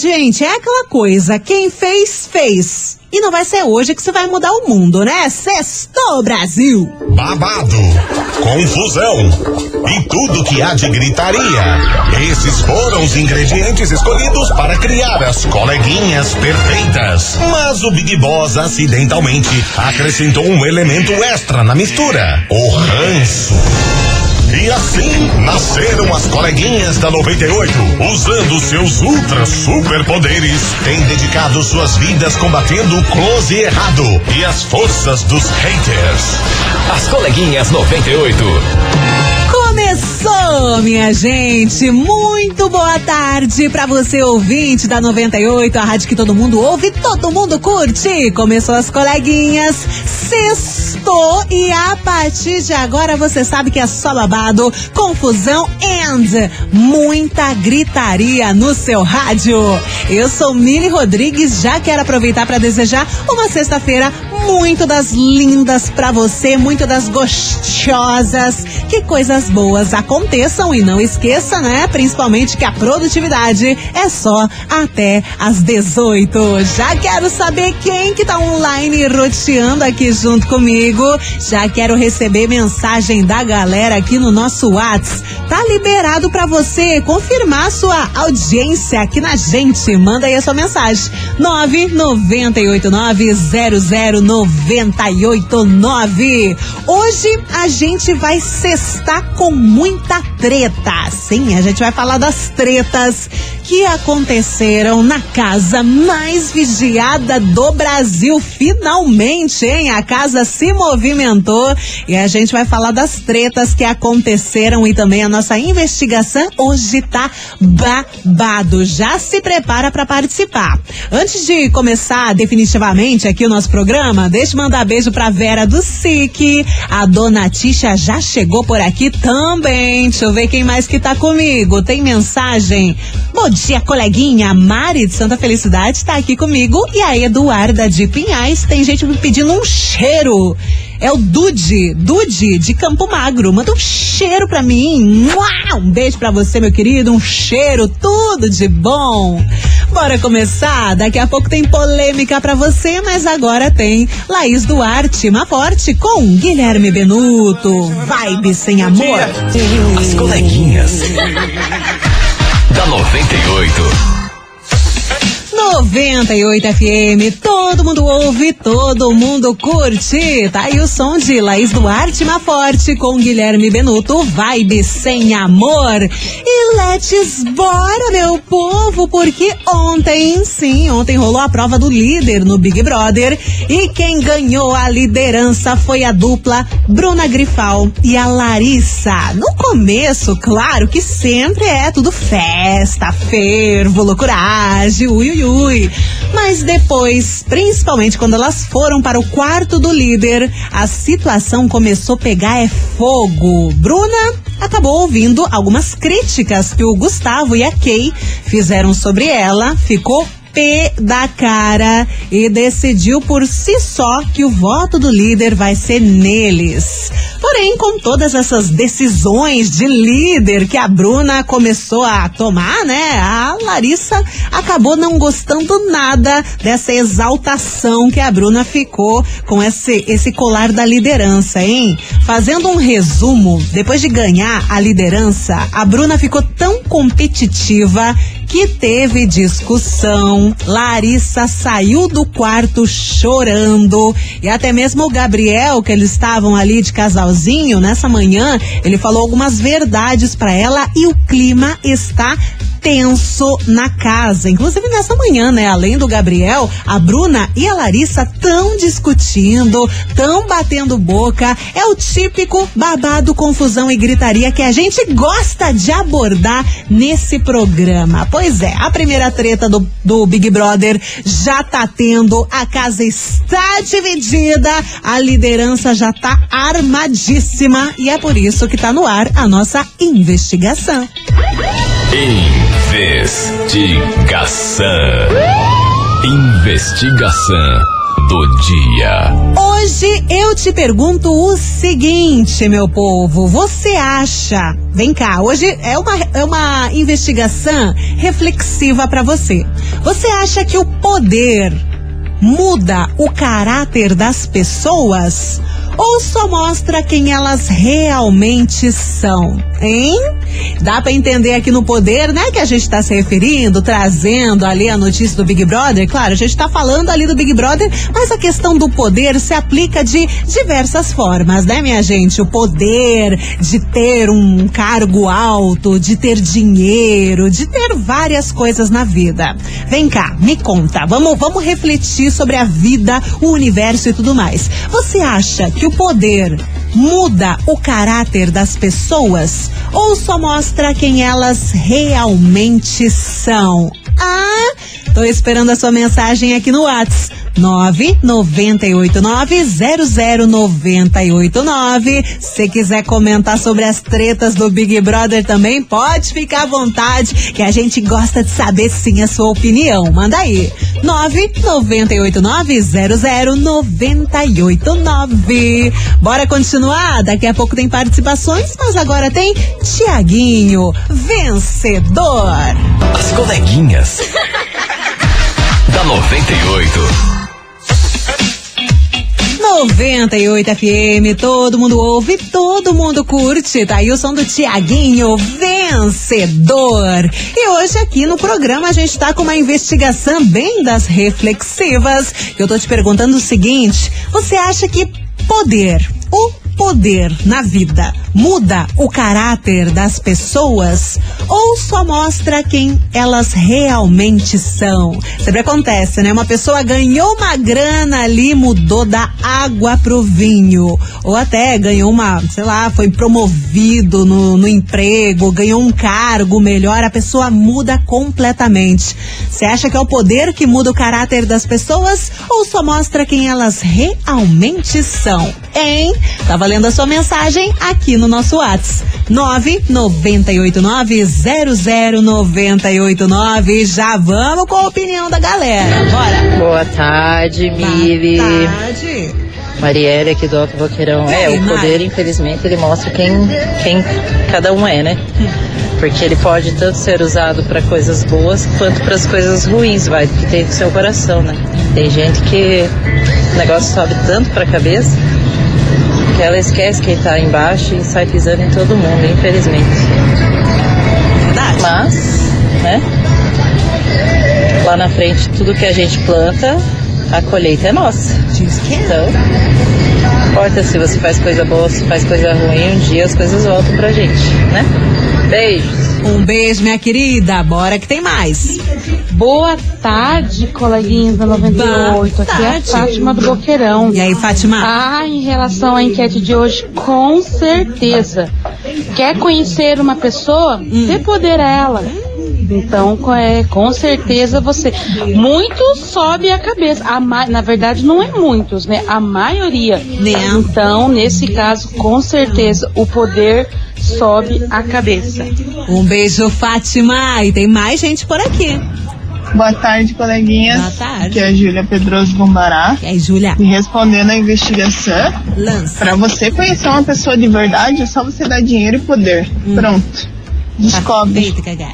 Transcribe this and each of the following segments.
gente, é aquela coisa, quem fez, fez. E não vai ser hoje que você vai mudar o mundo, né? Sextou, Brasil! Babado, confusão e tudo que há de gritaria. Esses foram os ingredientes escolhidos para criar as coleguinhas perfeitas. Mas o Big Boss acidentalmente acrescentou um elemento extra na mistura: o ranço. E assim nasceram as coleguinhas da 98, usando seus ultra superpoderes, têm dedicado suas vidas combatendo o close e errado e as forças dos haters. As coleguinhas 98. Começou, minha gente! Muito boa tarde pra você, ouvinte da 98, a rádio que todo mundo ouve, todo mundo curte. Começou as coleguinhas, sextou e a partir de agora você sabe que é só babado, confusão and muita gritaria no seu rádio. Eu sou Mili Rodrigues, já quero aproveitar pra desejar uma sexta-feira muito das lindas pra você, muito das gostosas, que coisas boas aconteçam e não esqueça, né? Principalmente que a produtividade é só até às 18. Já quero saber quem que tá online roteando aqui junto comigo. Já quero receber mensagem da galera aqui no nosso WhatsApp. Tá liberado pra você confirmar sua audiência aqui na gente. Manda aí a sua mensagem. 998900989. Hoje a gente vai sextar com muita treta. Sim, a gente vai falar das tretas que aconteceram na casa mais vigiada do Brasil. Finalmente, hein? A casa se movimentou e a gente vai falar das tretas que aconteceram e também a nossa investigação hoje tá babado. Já se prepara para participar. Antes de começar definitivamente aqui o nosso programa, deixa eu mandar beijo pra Vera do SIC. A dona Tisha já chegou por aqui também. Deixa eu ver quem mais que tá comigo. Tem mensagem? Bom dia, coleguinha. A Mari de Santa Felicidade tá aqui comigo. E a Eduarda de Pinhais. Tem gente me pedindo um cheiro. É o Dude de Campo Magro. Manda um cheiro pra mim. Um beijo pra você, meu querido. Um cheiro, tudo de bom. Bora começar? Daqui a pouco tem polêmica pra você, mas agora tem Laís Duarte, Má Forte com Guilherme Benuto. Vibe sem amor. As coleguinhas da 98. 98 FM, todo mundo ouve, todo mundo curte. Tá aí o som de Laís Duarte, Má Forte com Guilherme Benuto, Vibe sem amor. E let's bora, meu povo, porque ontem rolou a prova do líder no Big Brother e quem ganhou a liderança foi a dupla Bruna Grifal e a Larissa. No começo, claro que sempre é tudo festa, fervo, loucuragem, ui. Mas depois, principalmente quando elas foram para o quarto do líder, a situação começou a pegar fogo. Bruna acabou ouvindo algumas críticas que o Gustavo e a Kay fizeram sobre ela, ficou pé da cara e decidiu por si só que o voto do líder vai ser neles. Porém, com todas essas decisões de líder que a Bruna começou a tomar, né? A Larissa acabou não gostando nada dessa exaltação que a Bruna ficou com esse colar da liderança, hein? Fazendo um resumo, depois de ganhar a liderança, a Bruna ficou tão competitiva que teve discussão. Larissa saiu do quarto chorando e até mesmo o Gabriel, que eles estavam ali de casalzinho nessa manhã, ele falou algumas verdades pra ela e o clima está tenso na casa. Inclusive nessa manhã, né? Além do Gabriel, a Bruna e a Larissa tão discutindo, tão batendo boca. É o típico babado, confusão e gritaria que a gente gosta de abordar nesse programa. Pois é, a primeira treta do Big Brother já tá tendo, a casa está dividida, a liderança já tá armadíssima e é por isso que tá no ar a nossa investigação. Investigação do dia. Hoje eu te pergunto o seguinte, meu povo, você acha, vem cá, hoje é uma investigação reflexiva pra você. Você acha que o poder muda o caráter das pessoas ou só mostra quem elas realmente são, hein? Dá pra entender aqui no poder, né, que a gente tá se referindo, trazendo ali a notícia do Big Brother. Claro, a gente tá falando ali do Big Brother, mas a questão do poder se aplica de diversas formas, né, minha gente? O poder de ter um cargo alto, de ter dinheiro, de ter várias coisas na vida. Vem cá, me conta, vamos refletir sobre a vida, o universo e tudo mais. Você acha que o poder muda o caráter das pessoas ou só mostra quem elas realmente são? Tô esperando a sua mensagem aqui no WhatsApp. 998900989. Se quiser comentar sobre as tretas do Big Brother também, pode ficar à vontade, que a gente gosta de saber sim a sua opinião. Manda aí. 998900989. Bora continuar? Daqui a pouco tem participações, mas agora tem Tiaguinho, vencedor. As coleguinhas da 98. 98 FM, todo mundo ouve, todo mundo curte. Tá aí o som do Tiaguinho, vencedor. E hoje aqui no programa a gente tá com uma investigação bem das reflexivas. Eu tô te perguntando o seguinte: você acha que o poder na vida muda o caráter das pessoas ou só mostra quem elas realmente são? Sempre acontece, né? Uma pessoa ganhou uma grana ali, mudou da água pro vinho, ou até ganhou foi promovido no emprego, ganhou um cargo melhor, a pessoa muda completamente. Você acha que é o poder que muda o caráter das pessoas ou só mostra quem elas realmente são? Hein? Tá valendo a sua mensagem aqui no nosso WhatsApp. 998900989. Já vamos com a opinião da galera. Bora. Boa tarde, Mili. Boa tarde. Marielle aqui do Alto Boqueirão. O poder, infelizmente, ele mostra quem cada um é, né? Porque ele pode tanto ser usado para coisas boas quanto para as coisas ruins, vai, que tem do seu coração, né? Tem gente que o negócio sobe tanto para a cabeça que ela esquece quem tá embaixo e sai pisando em todo mundo, infelizmente. Verdade. Mas, né? Lá na frente, tudo que a gente planta, a colheita é nossa. Diz que então, não importa se você faz coisa boa ou se faz coisa ruim, um dia as coisas voltam pra gente, né? Beijos. Um beijo, minha querida. Bora que tem mais. Boa tarde, coleguinhas da 98. Aqui é a Fátima do Boqueirão. E aí, Fátima? Em relação à enquete de hoje, com certeza. Quer conhecer uma pessoa? Dê poder a ela. Então, com certeza você... Muitos sobe a cabeça. Na verdade, não é muitos, né? A maioria. Não. Então, nesse caso, com certeza, o poder sobe a cabeça. Um beijo, Fátima. E tem mais gente por aqui. Boa tarde, coleguinhas. Boa tarde. Aqui é a Júlia Pedroso Bombará. E aí, Júlia? E respondendo a investigação, Lança. pra você conhecer uma pessoa de verdade, é só você dar dinheiro e poder. Pronto. Descobre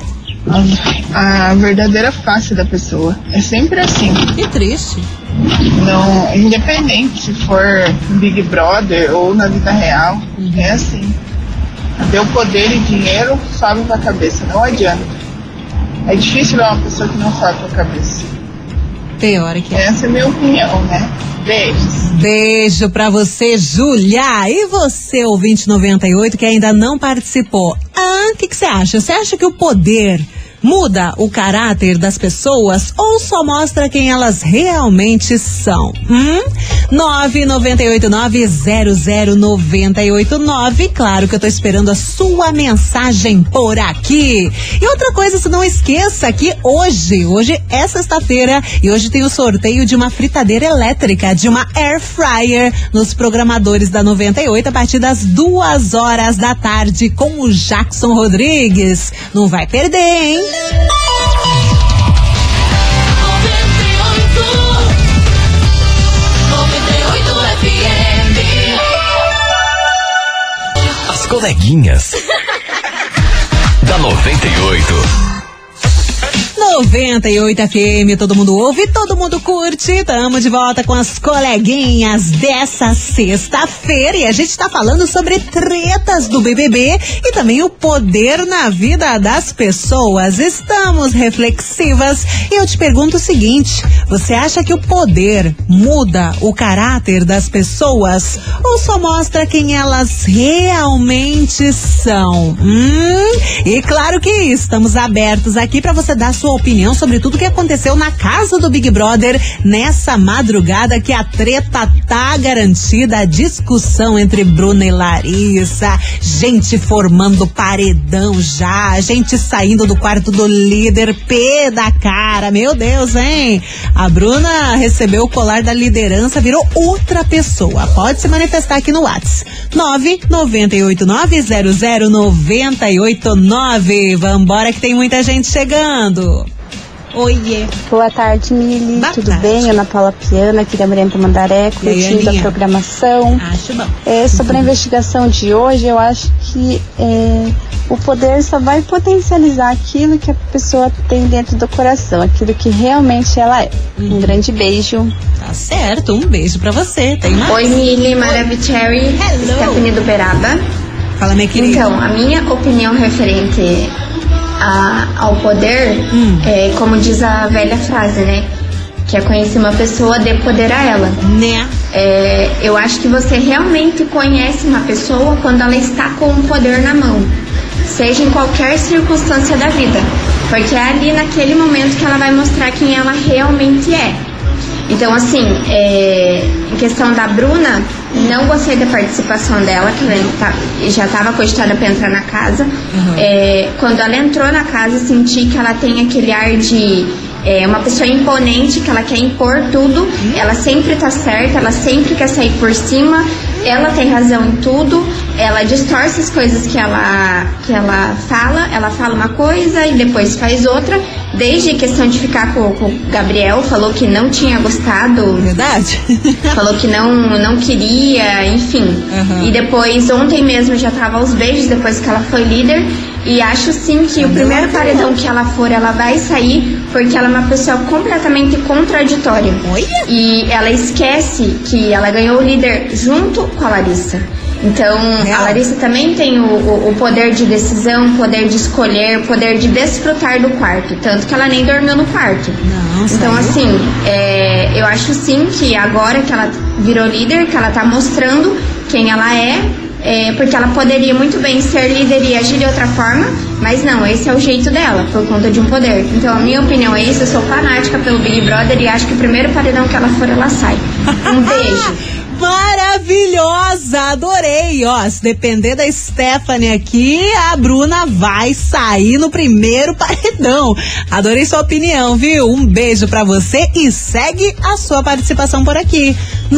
a verdadeira face da pessoa. É sempre assim. Que triste. Não, independente se for Big Brother ou na vida real, é assim. Deu poder e dinheiro, sobe pra cabeça, não adianta. É difícil ver uma pessoa que não sobe pra cabeça. Tem hora que é. Essa é a minha opinião, né? Beijos. Beijo pra você, Júlia. E você, ouvinte 98, que ainda não participou. O que você acha? Você acha que o poder muda o caráter das pessoas ou só mostra quem elas realmente são? 998900989. Claro que eu tô esperando a sua mensagem por aqui. E outra coisa, se não esqueça que hoje é sexta-feira e hoje tem o sorteio de uma fritadeira elétrica, de uma air fryer nos programadores da 98 a partir das 2h da tarde com o Jackson Rodrigues. Não vai perder, hein? 98 FM. coleguinhas. Da 98. 98 FM, todo mundo ouve, todo mundo curte. Tamo de volta com as coleguinhas dessa sexta-feira e a gente tá falando sobre tretas do BBB e também o poder na vida das pessoas. Estamos reflexivas e eu te pergunto o seguinte: você acha que o poder muda o caráter das pessoas ou só mostra quem elas realmente são? E claro que estamos abertos aqui pra você dar sua opinião sobre tudo que aconteceu na casa do Big Brother nessa madrugada, que a treta tá garantida, a discussão entre Bruna e Larissa, gente formando paredão já, gente saindo do quarto do líder, pé da cara, meu Deus, hein? A Bruna recebeu o colar da liderança, virou outra pessoa. Pode se manifestar aqui no WhatsApp 998900989. Vambora que tem muita gente chegando. Oiê. Boa tarde, Mili. Boa Tudo tarde. bem? Ana Paula Piana, aqui da Maria Tamandaré, curtindo a programação. Acho bom. Sobre a investigação de hoje, eu acho que o poder só vai potencializar aquilo que a pessoa tem dentro do coração, aquilo que realmente ela é. Um grande beijo. Tá certo, um beijo pra você. Tem mais? Oi, Mili, Maravicherry, Stephanie do Beraba. Fala, minha querida. Então, a minha opinião referente ao poder, como diz a velha frase, né? Que é conhecer uma pessoa, dê poder a ela. Né? Eu acho que você realmente conhece uma pessoa quando ela está com o poder na mão, seja em qualquer circunstância da vida, porque é ali naquele momento que ela vai mostrar quem ela realmente é. Então, assim, em questão da Bruna, não gostei da participação dela, que ela já estava cogitada para entrar na casa. Quando ela entrou na casa, senti que ela tem aquele ar de uma pessoa imponente, que ela quer impor tudo. Ela sempre tá certa, ela sempre quer sair por cima, ela tem razão em tudo, ela distorce as coisas que ela fala. Ela fala uma coisa e depois faz outra. Desde a questão de ficar com o Gabriel, falou que não tinha gostado. Verdade? Falou que não queria, enfim. E depois, ontem mesmo, já tava aos beijos depois que ela foi líder. E acho sim que o primeiro paredão que ela for, ela vai sair, porque ela é uma pessoa completamente contraditória. E ela esquece que ela ganhou o líder junto com a Larissa. Então, a Larissa também tem o poder de decisão, poder de escolher, poder de desfrutar do quarto. Tanto que ela nem dormiu no quarto. Então, assim, eu acho sim que agora que ela virou líder, que ela tá mostrando quem ela é, porque ela poderia muito bem ser líder e agir de outra forma, mas não, esse é o jeito dela, por conta de um poder. Então, a minha opinião é isso, eu sou fanática pelo Big Brother e acho que o primeiro paredão que ela for, ela sai. Um beijo. Maravilhosa, adorei, ó, se depender da Stephanie aqui, a Bruna vai sair no primeiro paredão. Adorei sua opinião, viu? Um beijo pra você e segue a sua participação por aqui.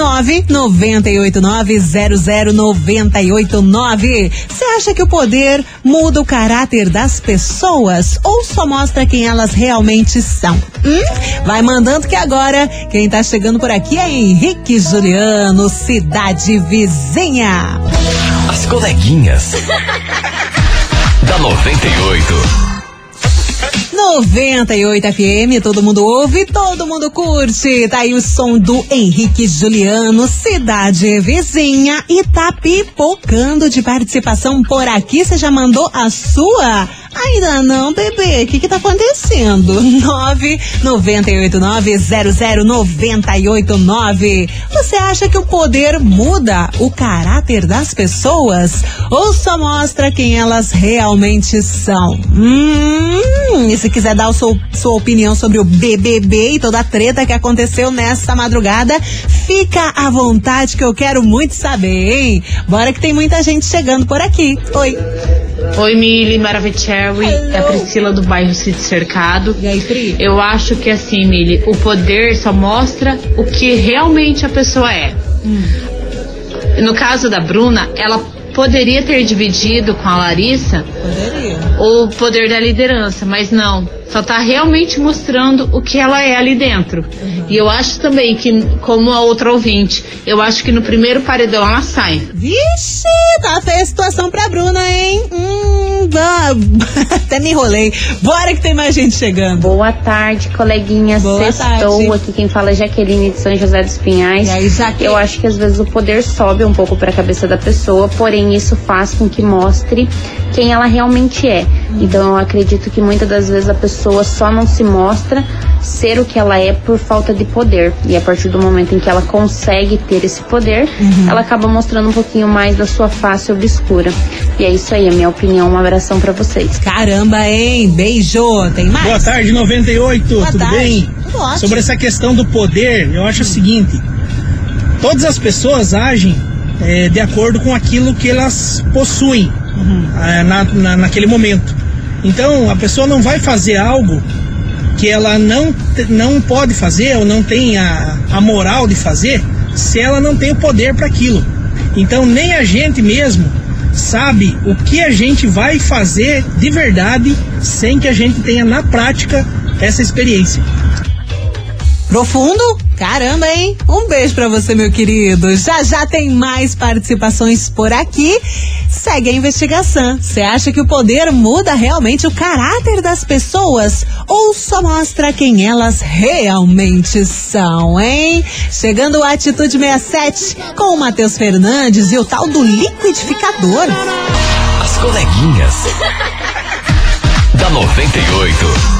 998900989. Você acha que o poder muda o caráter das pessoas ou só mostra quem elas realmente são? Vai mandando que agora quem tá chegando por aqui é Henrique Juliano, Cidade Vizinha. As coleguinhas. Da 98. 98 FM, todo mundo ouve, todo mundo curte. Tá aí o som do Henrique Juliano, Cidade Vizinha, e tá pipocando de participação por aqui. Você já mandou a sua? Ainda não, bebê. O que tá acontecendo? 998900989. Você acha que o poder muda o caráter das pessoas ou só mostra quem elas realmente são? E se quiser dar sua opinião sobre o BBB e toda a treta que aconteceu nessa madrugada, fica à vontade que eu quero muito saber, hein? Bora que tem muita gente chegando por aqui. Oi. Oi, Mili, Maravicherry, é a Priscila do bairro Cid Cercado. E aí, Pri? Eu acho que assim, Mili, o poder só mostra o que realmente a pessoa é. No caso da Bruna, ela poderia ter dividido com a Larissa o poder da liderança, mas não. Só tá realmente mostrando o que ela é ali dentro. E eu acho também que, como a outra ouvinte, eu acho que no primeiro paredão ela sai. Vixe, tá feia a situação pra Bruna, hein? Até me enrolei. Bora que tem mais gente chegando. Boa tarde, coleguinhas. Boa Sextou. tarde. Aqui quem fala é Jaqueline de São José dos Pinhais. E aí, Jaque? Eu acho que às vezes o poder sobe um pouco pra cabeça da pessoa, porém isso faz com que mostre quem ela realmente é. Então eu acredito que muitas das vezes a pessoa só não se mostra ser o que ela é por falta de poder. E a partir do momento em que ela consegue ter esse poder, ela acaba mostrando um pouquinho mais da sua face obscura. E é isso aí, a minha opinião. Um abração pra vocês. Caramba, hein? Beijo. Tem mais? Boa tarde, 98. Boa Tudo tarde. bem? Tudo ótimo. Sobre essa questão do poder, eu acho o seguinte: todas as pessoas agem de acordo com aquilo que elas possuem naquele momento. Então, a pessoa não vai fazer algo que ela não pode fazer ou não tem a moral de fazer se ela não tem o poder para aquilo. Então, nem a gente mesmo sabe o que a gente vai fazer de verdade sem que a gente tenha na prática essa experiência. Profundo? Caramba, hein? Um beijo pra você, meu querido. Já tem mais participações por aqui. Segue a investigação. Você acha que o poder muda realmente o caráter das pessoas ou só mostra quem elas realmente são, hein? Chegando o Atitude 67 com o Matheus Fernandes e o tal do liquidificador. As coleguinhas da 98.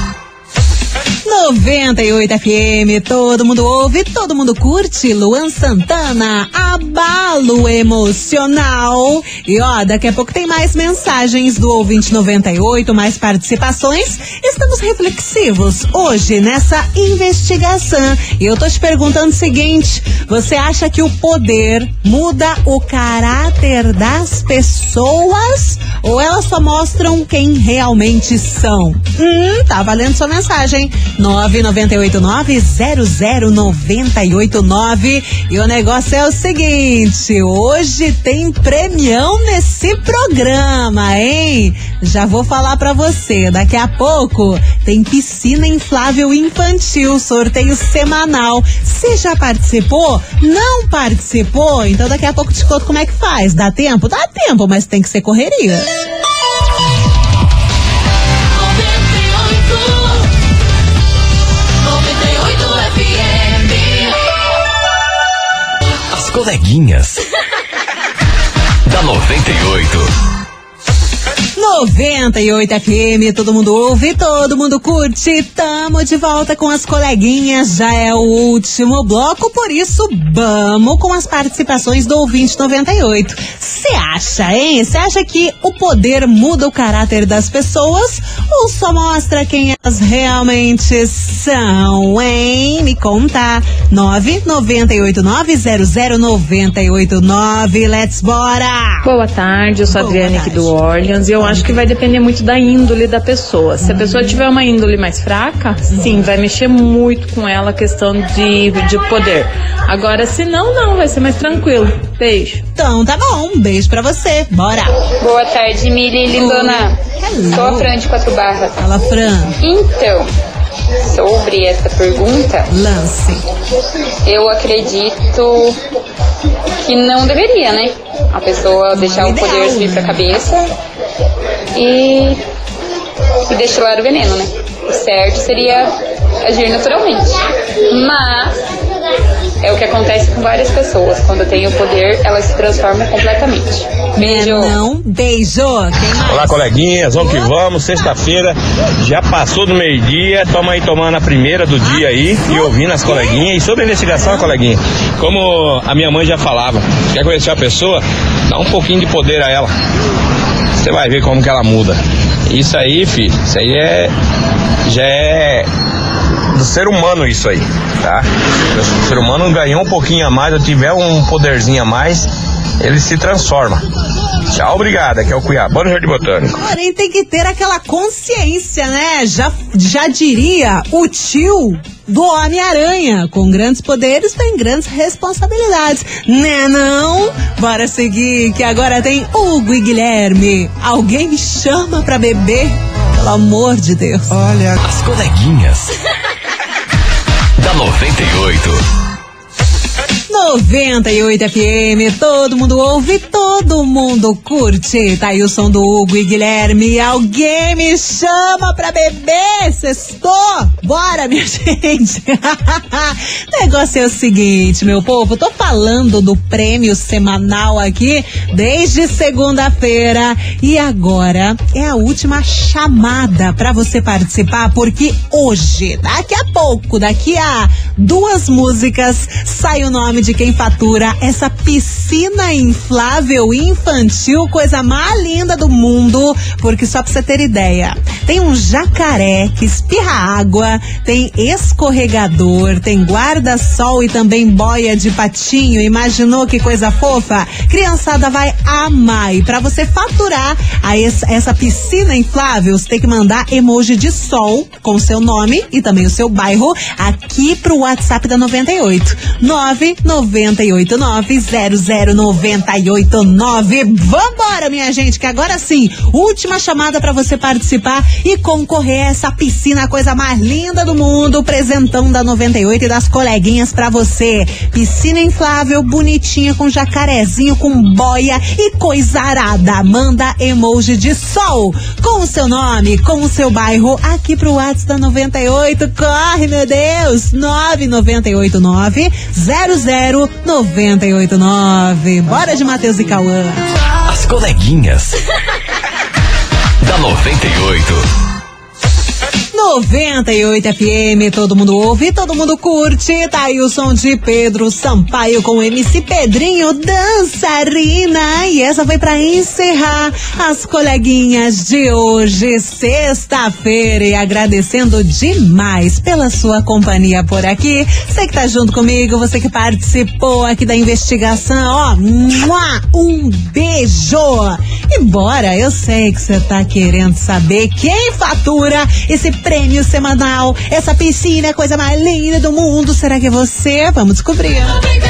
98 FM, todo mundo ouve, todo mundo curte. Luan Santana, abalo emocional. E ó, daqui a pouco tem mais mensagens do ouvinte 98, mais participações. Estamos reflexivos hoje nessa investigação. E eu tô te perguntando o seguinte: você acha que o poder muda o caráter das pessoas ou elas só mostram quem realmente são? Tá valendo sua mensagem. 998900989. E o negócio é o seguinte: hoje tem premião nesse programa, hein? Já vou falar pra você, daqui a pouco tem piscina inflável infantil, sorteio semanal. Você já participou? Não participou? Então daqui a pouco te conto como é que faz. Dá tempo? Dá tempo, mas tem que ser correria. As coleguinhas da 98. 98 FM, todo mundo ouve, todo mundo curte. Tamo de volta com as coleguinhas, já é o último bloco, por isso vamos com as participações do ouvinte 98. Você acha, hein? Você acha que o poder muda o caráter das pessoas ou só mostra quem elas realmente são, hein? Me conta. 998900989. Let's bora! Boa tarde, eu sou a Adriane aqui do Orleans e eu acho que vai depender muito da índole da pessoa. Se a pessoa tiver uma índole mais fraca, sim, vai mexer muito com ela a questão de poder. Agora, se não, vai ser mais tranquilo. Beijo. Então, tá bom. Um beijo pra você. Bora. Boa tarde, Mili Lindona. Sou a Fran de 4 Barras. Fala, Fran. Então, sobre essa pergunta, lance. Eu acredito que não deveria, né? A pessoa deixar o poder subir pra cabeça e destilar o veneno, né? O certo seria agir naturalmente. Mas é o que acontece com várias pessoas. Quando tem o poder, elas se transformam completamente. Beijo. Não, beijo. Quem mais? Olá, coleguinhas, vamos que vamos. Sexta-feira já passou do meio-dia. Toma aí tomando a primeira do dia aí e ouvindo as coleguinhas. E sobre a investigação, coleguinha, como a minha mãe já falava, quer conhecer a pessoa, dá um pouquinho de poder a ela. Você vai ver como que ela muda. Isso aí, filho, isso aí já é do ser humano isso aí, tá? O ser humano ganhou um pouquinho a mais, ou tiver um poderzinho a mais, ele se transforma. Tchau, obrigado, aqui é o Cuiabá no Jardim Botânico. Porém, tem que ter aquela consciência, né? Já diria o tio do Homem-Aranha: com grandes poderes tem grandes responsabilidades, né não? Bora seguir, que agora tem Hugo e Guilherme. Alguém me chama pra beber? Pelo amor de Deus. Olha, as coleguinhas da 98. 98 FM, todo mundo ouve, todo mundo curte. Tá aí o som do Hugo e Guilherme. Alguém me chama pra beber, sextou? Bora, minha gente. O negócio é o seguinte, meu povo, tô falando do prêmio semanal aqui desde segunda-feira e agora é a última chamada pra você participar, porque hoje, daqui a pouco, daqui a 2 músicas, sai o nome de quem fatura essa piscina inflável infantil, coisa mais linda do mundo, porque só pra você ter ideia, tem um jacaré que espirra água, tem escorregador, tem guarda-sol e também boia de patinho. Imaginou que coisa fofa? Criançada vai amar. E pra você faturar essa piscina inflável, você tem que mandar emoji de sol com o seu nome e também o seu bairro aqui pro WhatsApp da 98 998900989. Vambora, minha gente, que agora sim, última chamada pra você participar e concorrer a essa piscina, a coisa mais linda do mundo, presentão da 98 e das coleguinhas pra você. Piscina inflável, bonitinha, com jacarezinho, com boia e coisa arada. Manda emoji de sol com o seu nome, com o seu bairro aqui pro WhatsApp da 98. Corre, meu Deus! 998900989. Bora de Matheus e Cauã. As coleguinhas da 98. 98 FM, todo mundo ouve, todo mundo curte. Tá aí o som de Pedro Sampaio com MC Pedrinho, dançarina. E essa foi pra encerrar as coleguinhas de hoje, sexta-feira. E agradecendo demais pela sua companhia por aqui. Você que tá junto comigo, você que participou aqui da investigação, ó, um beijo. E bora, eu sei que você tá querendo saber quem fatura esse prêmio semanal, essa piscina, coisa mais linda do mundo. Será que é você? Vamos descobrir. 98.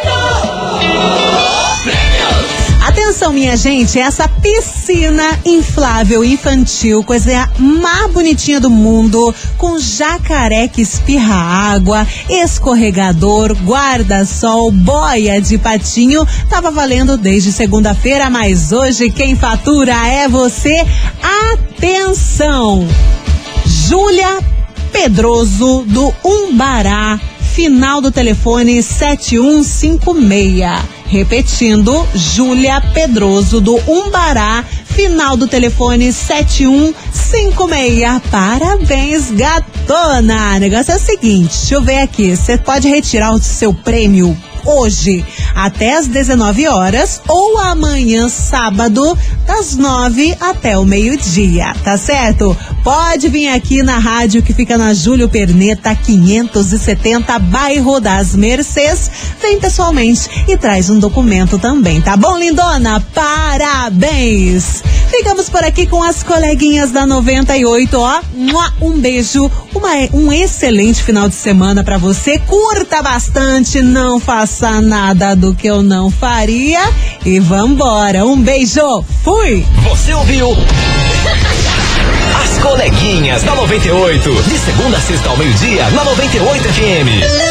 Atenção, minha gente, essa piscina inflável infantil, coisa mais bonitinha do mundo, com jacaré que espirra água, escorregador, guarda-sol, boia de patinho, tava valendo desde segunda-feira, mas hoje quem fatura é você. Atenção! Júlia Pedroso do Umbará, final do telefone 7156. Repetindo, Júlia Pedroso do Umbará, final do telefone 7156. Parabéns, gatona! O negócio é o seguinte, deixa eu ver aqui, você pode retirar o seu prêmio hoje até as 19 horas ou amanhã, sábado, das 9 até o meio-dia, tá certo? Pode vir aqui na rádio que fica na Júlio Perneta 570, bairro das Mercês. Vem pessoalmente e traz um documento também, tá bom, lindona? Parabéns! Ficamos por aqui com as coleguinhas da 98, ó. Um beijo, um excelente final de semana pra você. Curta bastante, não faça nada do que eu não faria. E vambora, um beijo, fui! Você ouviu? As coleguinhas da 98, de segunda a sexta ao meio-dia, na 98 FM.